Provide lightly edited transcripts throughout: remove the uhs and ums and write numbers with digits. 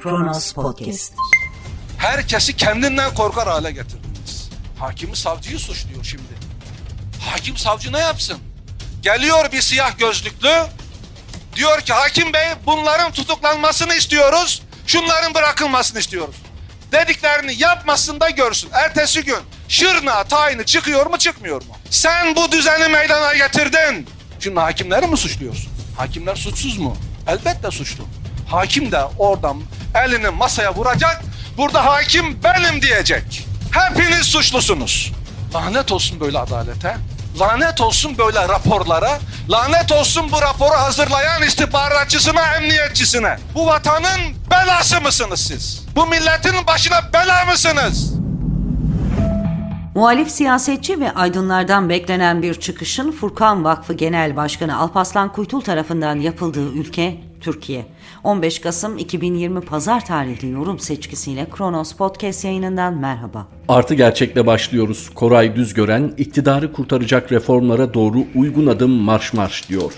Kronos Podcast. Herkesi kendinden korkar hale getirdiniz. Hakimi savcıyı suçluyor şimdi. Hakim savcı ne yapsın? Geliyor bir siyah gözlüklü. Diyor ki hakim bey bunların tutuklanmasını istiyoruz. Şunların bırakılmasını istiyoruz. Dediklerini yapmasın da görsün. Ertesi gün Şırnağa tayini çıkıyor mu çıkmıyor mu? Sen bu düzeni meydana getirdin. Şimdi hakimleri mi suçluyorsun? Hakimler suçsuz mu? Elbette suçlu. Hakim de oradan elini masaya vuracak. Burada hakim benim diyecek. Hepiniz suçlusunuz. Lanet olsun böyle adalete. Lanet olsun böyle raporlara. Lanet olsun bu raporu hazırlayan istihbaratçısına, emniyetçisine. Bu vatanın belası mısınız siz? Bu milletin başına bela mısınız? Muhalif siyasetçi ve aydınlardan beklenen bir çıkışın Furkan Vakfı Genel Başkanı Alparslan Kuytul tarafından yapıldığı ülke Türkiye. 15 Kasım 2020 Pazar tarihli yorum seçkisiyle Kronos Podcast yayınından merhaba. Artı gerçekle başlıyoruz. Koray Düzgören, iktidarı kurtaracak reformlara doğru uygun adım marş marş diyor.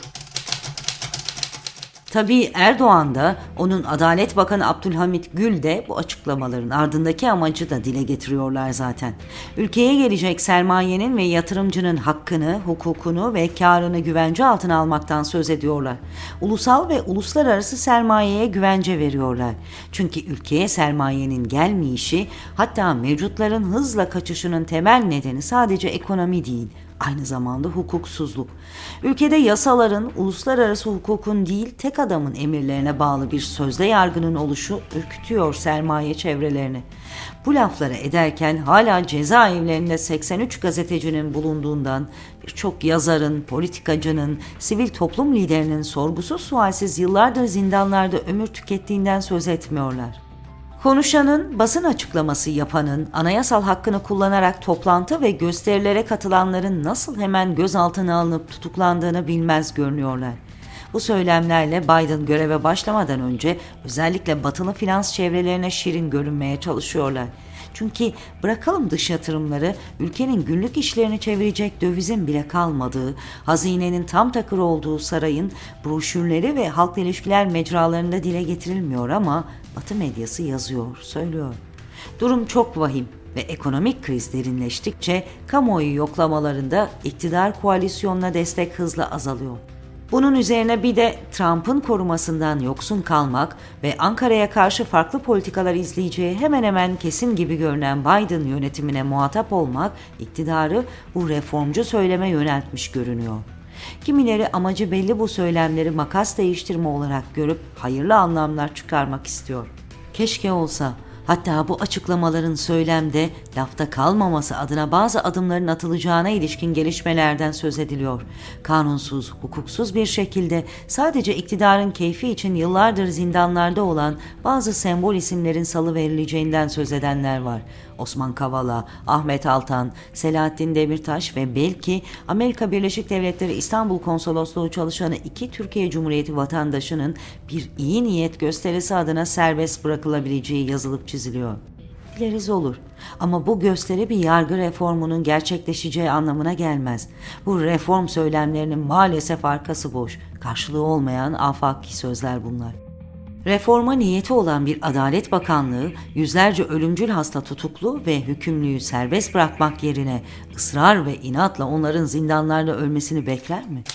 Tabii Erdoğan da, onun Adalet Bakanı Abdülhamit Gül de bu açıklamaların ardındaki amacı da dile getiriyorlar zaten. Ülkeye gelecek sermayenin ve yatırımcının hakkını, hukukunu ve karını güvence altına almaktan söz ediyorlar. Ulusal ve uluslararası sermayeye güvence veriyorlar. Çünkü ülkeye sermayenin gelmeyişi, hatta mevcutların hızla kaçışının temel nedeni sadece ekonomi değil, aynı zamanda hukuksuzluk. Ülkede yasaların, uluslararası hukukun değil tek adamın emirlerine bağlı bir sözde yargının oluşu ürkütüyor sermaye çevrelerini. Bu lafları ederken hala cezaevlerinde 83 gazetecinin bulunduğundan, birçok yazarın, politikacının, sivil toplum liderinin sorgusuz sualsiz yıllardır zindanlarda ömür tükettiğinden söz etmiyorlar. Konuşanın, basın açıklaması yapanın, anayasal hakkını kullanarak toplantı ve gösterilere katılanların nasıl hemen gözaltına alınıp tutuklandığını bilmez görünüyorlar. Bu söylemlerle Biden göreve başlamadan önce özellikle batılı finans çevrelerine şirin görünmeye çalışıyorlar. Çünkü bırakalım dış yatırımları, ülkenin günlük işlerini çevirecek dövizin bile kalmadığı, hazinenin tam takır olduğu sarayın broşürleri ve halkla ilişkiler mecralarında dile getirilmiyor ama Batı medyası yazıyor, söylüyor. Durum çok vahim ve ekonomik kriz derinleştikçe kamuoyu yoklamalarında iktidar koalisyonuna destek hızla azalıyor. Bunun üzerine bir de Trump'ın korumasından yoksun kalmak ve Ankara'ya karşı farklı politikalar izleyeceği hemen hemen kesin gibi görünen Biden yönetimine muhatap olmak iktidarı bu reformcu söyleme yöneltmiş görünüyor. Kimileri amacı belli bu söylemleri makas değiştirme olarak görüp hayırlı anlamlar çıkarmak istiyor. Keşke olsa. Hatta bu açıklamaların söylemde lafta kalmaması adına bazı adımların atılacağına ilişkin gelişmelerden söz ediliyor. Kanunsuz, hukuksuz bir şekilde sadece iktidarın keyfi için yıllardır zindanlarda olan bazı sembol isimlerin salıverileceğinden söz edenler var. Osman Kavala, Ahmet Altan, Selahattin Demirtaş ve belki Amerika Birleşik Devletleri İstanbul Konsolosluğu çalışanı 2 Türkiye Cumhuriyeti vatandaşının bir iyi niyet gösterisi adına serbest bırakılabileceği yazılıp çiziliyor. Dileriz olur. Ama bu gösteri bir yargı reformunun gerçekleşeceği anlamına gelmez. Bu reform söylemlerinin maalesef arkası boş, karşılığı olmayan afaki sözler bunlar. Reforma niyeti olan bir Adalet Bakanlığı, yüzlerce ölümcül hasta tutuklu ve hükümlüyü serbest bırakmak yerine ısrar ve inatla onların zindanlarda ölmesini bekler mi?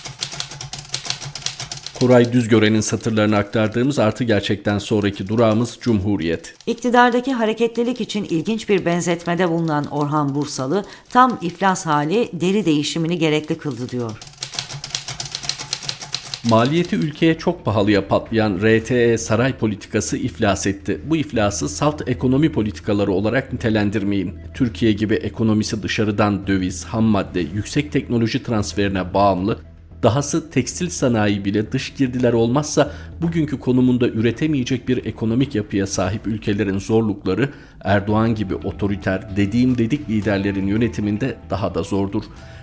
Koray Düzgören'in satırlarını aktardığımız Artı Gerçek'ten sonraki durağımız Cumhuriyet. İktidardaki hareketlilik için ilginç bir benzetmede bulunan Orhan Bursalı, tam iflas hali deri değişimini gerekli kıldı diyor. Maliyeti ülkeye çok pahalıya patlayan RTE saray politikası iflas etti. Bu iflası salt ekonomi politikaları olarak nitelendirmeyin. Türkiye gibi ekonomisi dışarıdan döviz, ham madde, yüksek teknoloji transferine bağımlı, dahası tekstil sanayi bile dış girdiler olmazsa bugünkü konumunda üretemeyecek bir ekonomik yapıya sahip ülkelerin zorlukları Erdoğan gibi otoriter dediğim dedik liderlerin yönetiminde daha da zordur.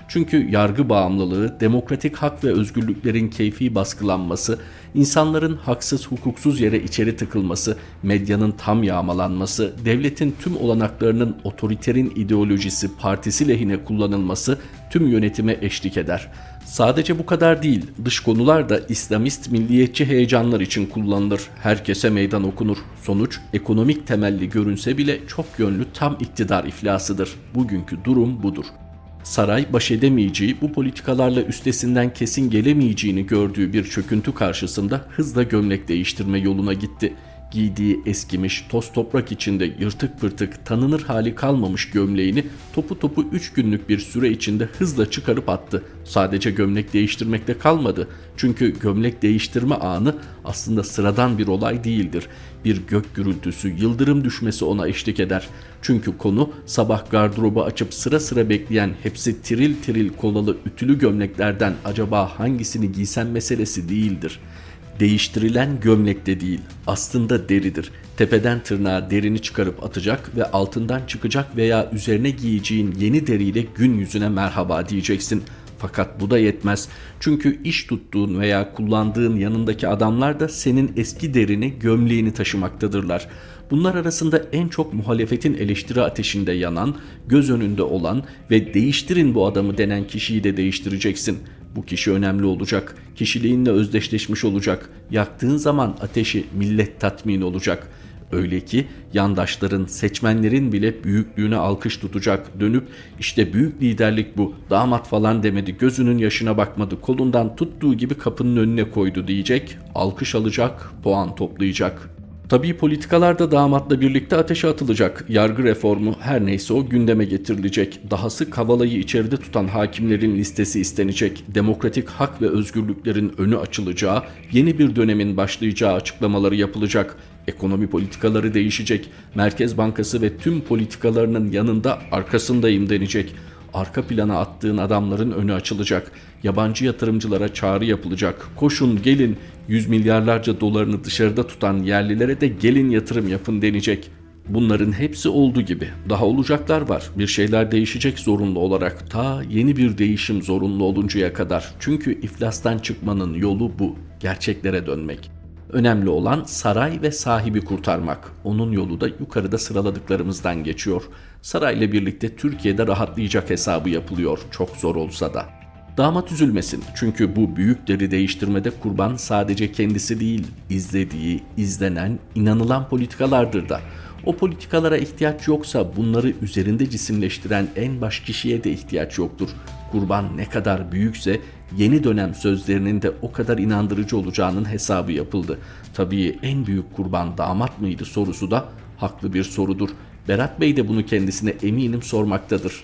Çünkü yargı bağımlılığı, demokratik hak ve özgürlüklerin keyfi baskılanması, insanların haksız hukuksuz yere içeri tıkılması, medyanın tam yağmalanması, devletin tüm olanaklarının otoriterin ideolojisi, partisi lehine kullanılması tüm yönetime eşlik eder. Sadece bu kadar değil, dış konular da İslamist milliyetçi heyecanlar için kullanılır. Herkese meydan okunur. Sonuç, ekonomik temelli görünse bile çok yönlü tam iktidar iflasıdır. Bugünkü durum budur. Saray baş edemeyeceği, bu politikalarla üstesinden kesin gelemeyeceğini gördüğü bir çöküntü karşısında hızla gömlek değiştirme yoluna gitti. Giydiği eskimiş, toz toprak içinde yırtık pırtık, tanınır hali kalmamış gömleğini topu 3 günlük bir süre içinde hızla çıkarıp attı. Sadece gömlek değiştirmekte kalmadı. Çünkü gömlek değiştirme anı aslında sıradan bir olay değildir. Bir gök gürültüsü, yıldırım düşmesi ona eşlik eder. Çünkü konu sabah gardırobu açıp sıra sıra bekleyen hepsi tiril tiril kolalı ütülü gömleklerden acaba hangisini giysem meselesi değildir. Değiştirilen gömlek de değil, aslında deridir. Tepeden tırnağa derini çıkarıp atacak ve altından çıkacak veya üzerine giyeceğin yeni deriyle gün yüzüne merhaba diyeceksin. Fakat bu da yetmez. Çünkü iş tuttuğun veya kullandığın yanındaki adamlar da senin eski derini, gömleğini taşımaktadırlar. Bunlar arasında en çok muhalefetin eleştiri ateşinde yanan, göz önünde olan ve değiştirin bu adamı denen kişiyi de değiştireceksin. Bu kişi önemli olacak, kişiliğinle özdeşleşmiş olacak, yaktığın zaman ateşi millet tatmin olacak. Öyle ki yandaşların, seçmenlerin bile büyüklüğüne alkış tutacak, dönüp işte büyük liderlik bu, damat falan demedi, gözünün yaşına bakmadı, kolundan tuttuğu gibi kapının önüne koydu diyecek, alkış alacak, puan toplayacak. Tabii politikalarda damatla birlikte ateşe atılacak. Yargı reformu her neyse o gündeme getirilecek. Dahası Kavala'yı içeride tutan hakimlerin listesi istenecek. Demokratik hak ve özgürlüklerin önü açılacağı, yeni bir dönemin başlayacağı açıklamaları yapılacak. Ekonomi politikaları değişecek. Merkez Bankası ve tüm politikalarının yanında arkasındayım denecek. Arka plana attığın adamların önü açılacak. Yabancı yatırımcılara çağrı yapılacak. Koşun gelin, 100 milyarlarca dolarını dışarıda tutan yerlilere de gelin yatırım yapın denecek. Bunların hepsi oldu gibi. Daha olacaklar var. Bir şeyler değişecek zorunlu olarak. Ta yeni bir değişim zorunlu oluncaya kadar. Çünkü iflastan çıkmanın yolu bu. Gerçeklere dönmek. Önemli olan saray ve sahibi kurtarmak. Onun yolu da yukarıda sıraladıklarımızdan geçiyor. Sarayla birlikte Türkiye'de rahatlayacak hesabı yapılıyor, çok zor olsa da. Damat üzülmesin çünkü bu büyük deri değiştirmede kurban sadece kendisi değil, izlediği, izlenen, inanılan politikalardır da. O politikalara ihtiyaç yoksa bunları üzerinde cisimleştiren en baş kişiye de ihtiyaç yoktur. Kurban ne kadar büyükse yeni dönem sözlerinin de o kadar inandırıcı olacağının hesabı yapıldı. Tabii en büyük kurban damat mıydı sorusu da haklı bir sorudur. Berat Bey de bunu kendisine eminim sormaktadır.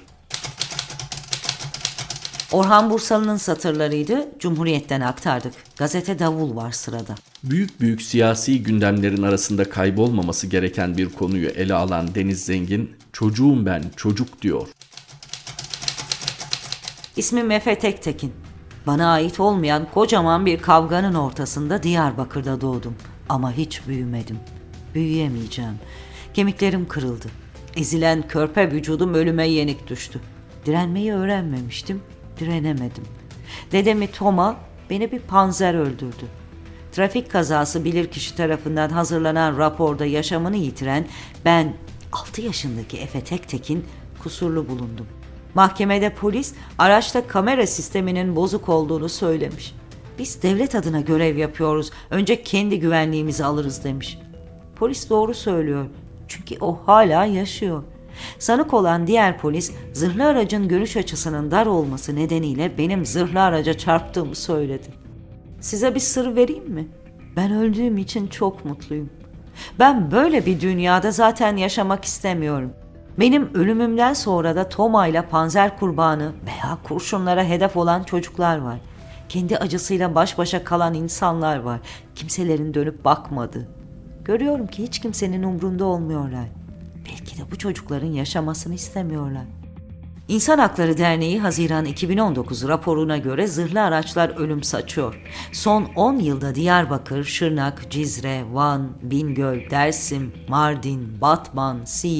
Orhan Bursalı'nın satırlarıydı, Cumhuriyet'ten aktardık. Gazete Davul var sırada. Büyük siyasi gündemlerin arasında kaybolmaması gereken bir konuyu ele alan Deniz Zengin, "Çocuğum ben, çocuk" diyor. İsmim Efe Tektekin. Bana ait olmayan kocaman bir kavganın ortasında Diyarbakır'da doğdum. Ama hiç büyümedim. Büyüyemeyeceğim. Kemiklerim kırıldı. Ezilen körpe vücudum ölüme yenik düştü. Direnmeyi öğrenmemiştim, direnemedim. Dedemi Toma beni bir panzer öldürdü. Trafik kazası bilirkişi tarafından hazırlanan raporda yaşamını yitiren ben 6 yaşındaki Efe Tektekin kusurlu bulundum. Mahkemede polis araçta kamera sisteminin bozuk olduğunu söylemiş. Biz devlet adına görev yapıyoruz, önce kendi güvenliğimizi alırız demiş. Polis doğru söylüyor çünkü o hala yaşıyor. Sanık olan diğer polis zırhlı aracın görüş açısının dar olması nedeniyle benim zırhlı araca çarptığımı söyledi. Size bir sır vereyim mi? Ben öldüğüm için çok mutluyum. Ben böyle bir dünyada zaten yaşamak istemiyorum. Benim ölümümden sonra da Toma ile panzer kurbanı veya kurşunlara hedef olan çocuklar var. Kendi acısıyla baş başa kalan insanlar var. Kimselerin dönüp bakmadı. Görüyorum ki hiç kimsenin umrunda olmuyorlar. Belki de bu çocukların yaşamasını istemiyorlar. İnsan Hakları Derneği Haziran 2019 raporuna göre zırhlı araçlar ölüm saçıyor. Son 10 yılda Diyarbakır, Şırnak, Cizre, Van, Bingöl, Dersim, Mardin, Batman, Siirt,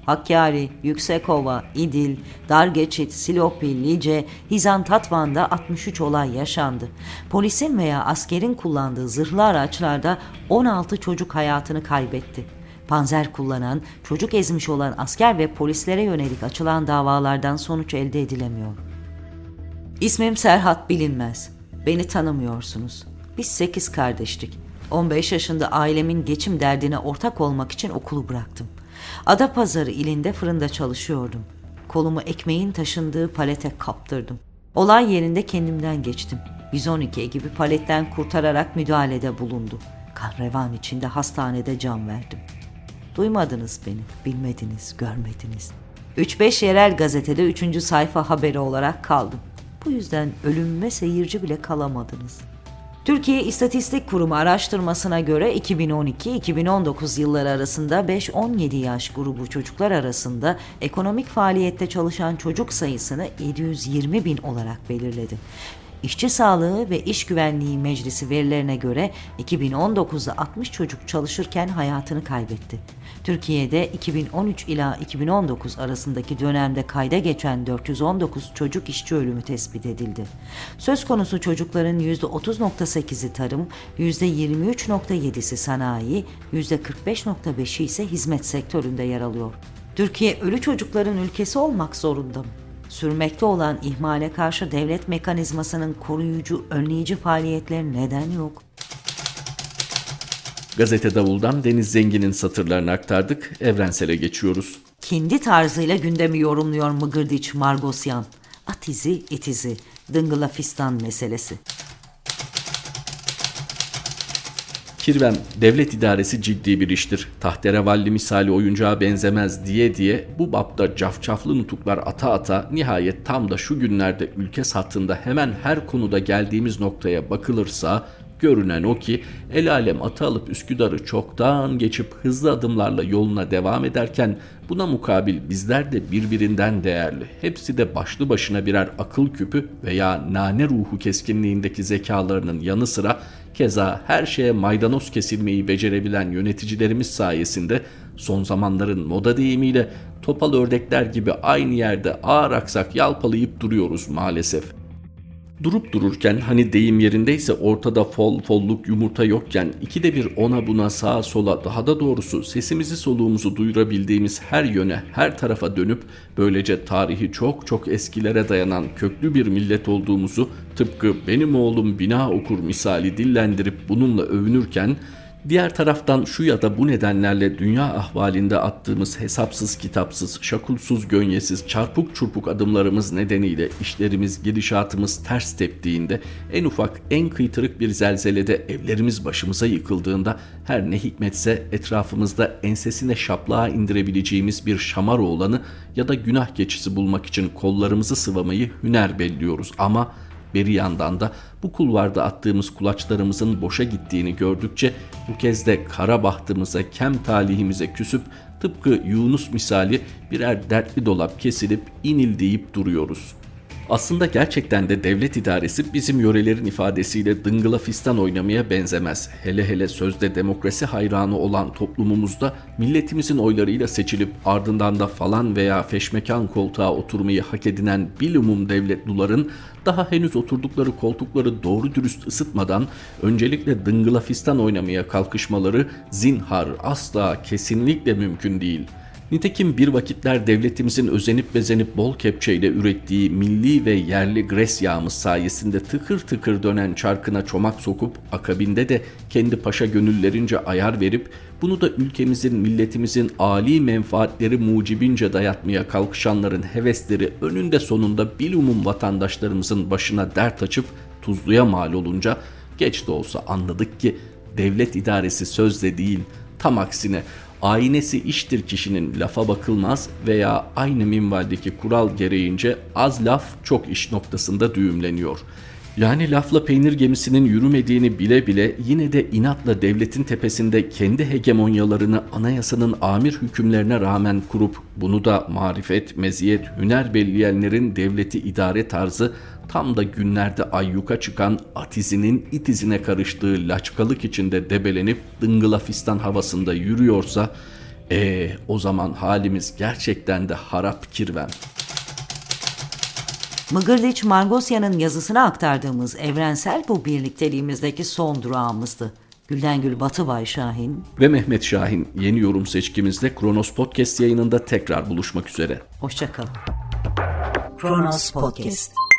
Hakkari, Yüksekova, İdil, Dargeçit, Silopi, Lice, Hizan Tatvan'da 63 olay yaşandı. Polisin veya askerin kullandığı zırhlı araçlarda 16 çocuk hayatını kaybetti. Panzer kullanan, çocuk ezmiş olan asker ve polislere yönelik açılan davalardan sonuç elde edilemiyor. İsmim Serhat Bilinmez. Beni tanımıyorsunuz. Biz 8 kardeştik. 15 yaşında ailemin geçim derdine ortak olmak için okulu bıraktım. Adapazarı ilinde fırında çalışıyordum. Kolumu ekmeğin taşındığı palete kaptırdım. Olay yerinde kendimden geçtim. 112 ekibi paletten kurtararak müdahalede bulundu. Kan revan içinde hastanede can verdim. Duymadınız beni, bilmediniz, görmediniz. 3-5 yerel gazetede 3. sayfa haberi olarak kaldım. Bu yüzden ölümüme seyirci bile kalamadınız. Türkiye İstatistik Kurumu araştırmasına göre 2012-2019 yılları arasında 5-17 yaş grubu çocuklar arasında ekonomik faaliyette çalışan çocuk sayısını 720 bin olarak belirledi. İşçi Sağlığı ve İş Güvenliği Meclisi verilerine göre 2019'da 60 çocuk çalışırken hayatını kaybetti. Türkiye'de 2013 ila 2019 arasındaki dönemde kayda geçen 419 çocuk işçi ölümü tespit edildi. Söz konusu çocukların %30.8'i tarım, %23.7'si sanayi, %45.5'i ise hizmet sektöründe yer alıyor. Türkiye ölü çocukların ülkesi olmak zorunda mı? Sürmekte olan ihmale karşı devlet mekanizmasının koruyucu, önleyici faaliyetleri neden yok? Gazete Davul'dan Deniz Zengin'in satırlarını aktardık. Evrensel'e geçiyoruz. Kendi tarzıyla gündemi yorumluyor Mıgırdiç Margosyan. At izi, it izi, Dıngılafistan meselesi. Kirvem, devlet idaresi ciddi bir iştir. Tahterevalli misali oyuncağa benzemez diye bu bapta cafcaflı nutuklar ata ata nihayet tam da şu günlerde ülke sattığında hemen her konuda geldiğimiz noktaya bakılırsa görünen o ki el alem atı alıp Üsküdar'ı çoktan geçip hızlı adımlarla yoluna devam ederken buna mukabil bizler de birbirinden değerli, hepsi de başlı başına birer akıl küpü veya nane ruhu keskinliğindeki zekalarının yanı sıra keza her şeye maydanoz kesilmeyi becerebilen yöneticilerimiz sayesinde son zamanların moda deyimiyle topal ördekler gibi aynı yerde ağır aksak yalpalayıp duruyoruz maalesef. Durup dururken hani deyim yerindeyse ortada folluk yumurta yokken ikide bir ona buna sağa sola daha da doğrusu sesimizi soluğumuzu duyurabildiğimiz her yöne her tarafa dönüp böylece tarihi çok çok eskilere dayanan köklü bir millet olduğumuzu tıpkı benim oğlum bina okur misali dillendirip bununla övünürken diğer taraftan şu ya da bu nedenlerle dünya ahvalinde attığımız hesapsız kitapsız, şakulsuz gönyesiz, çarpık çurpuk adımlarımız nedeniyle işlerimiz, gidişatımız ters teptiğinde, en ufak en kıytırık bir zelzelede evlerimiz başımıza yıkıldığında her ne hikmetse etrafımızda ensesine şaplağa indirebileceğimiz bir şamar oğlanı ya da günah keçisi bulmak için kollarımızı sıvamayı hüner belliyoruz ama bir yandan da bu kulvarda attığımız kulaçlarımızın boşa gittiğini gördükçe bu kez de kara bahtımıza, kem talihimize küsüp tıpkı Yunus misali birer dertli dolap kesilip inildeyip duruyoruz. Aslında gerçekten de devlet idaresi bizim yörelerin ifadesiyle dıngılafistan oynamaya benzemez. Hele hele sözde demokrasi hayranı olan toplumumuzda milletimizin oylarıyla seçilip ardından da falan veya feşmekan koltuğa oturmayı hak edinen bilumum devletluların daha henüz oturdukları koltukları doğru dürüst ısıtmadan öncelikle dıngılafistan oynamaya kalkışmaları zinhar asla kesinlikle mümkün değil. Nitekim bir vakitler devletimizin özenip bezenip bol kepçeyle ürettiği milli ve yerli gres yağımız sayesinde tıkır tıkır dönen çarkına çomak sokup akabinde de kendi paşa gönüllerince ayar verip bunu da ülkemizin, milletimizin âli menfaatleri mucibince dayatmaya kalkışanların hevesleri önünde sonunda bilumum vatandaşlarımızın başına dert açıp tuzluya mal olunca geç de olsa anladık ki devlet idaresi sözle değil, tam aksine aynesi iştir kişinin lafa bakılmaz veya aynı minvaldeki kural gereğince az laf çok iş noktasında düğümleniyor. Yani lafla peynir gemisinin yürümediğini bile bile yine de inatla devletin tepesinde kendi hegemonyalarını anayasanın amir hükümlerine rağmen kurup bunu da marifet, meziyet, hüner belleyenlerin devleti idare tarzı tam da günlerde ayyuka çıkan atizinin itizine karıştığı laçkalık içinde debelenip dıngılafistan havasında yürüyorsa O zaman halimiz gerçekten de harap kirven. Mıgırliç Margosyan'ın yazısına aktardığımız Evrensel bu birlikteliğimizdeki son durağımızdı. Gülden Gül Batıbay Şahin ve Mehmet Şahin yeni yorum seçkimizde Kronos Podcast yayınında tekrar buluşmak üzere. Hoşça kalın. Kronos Podcast.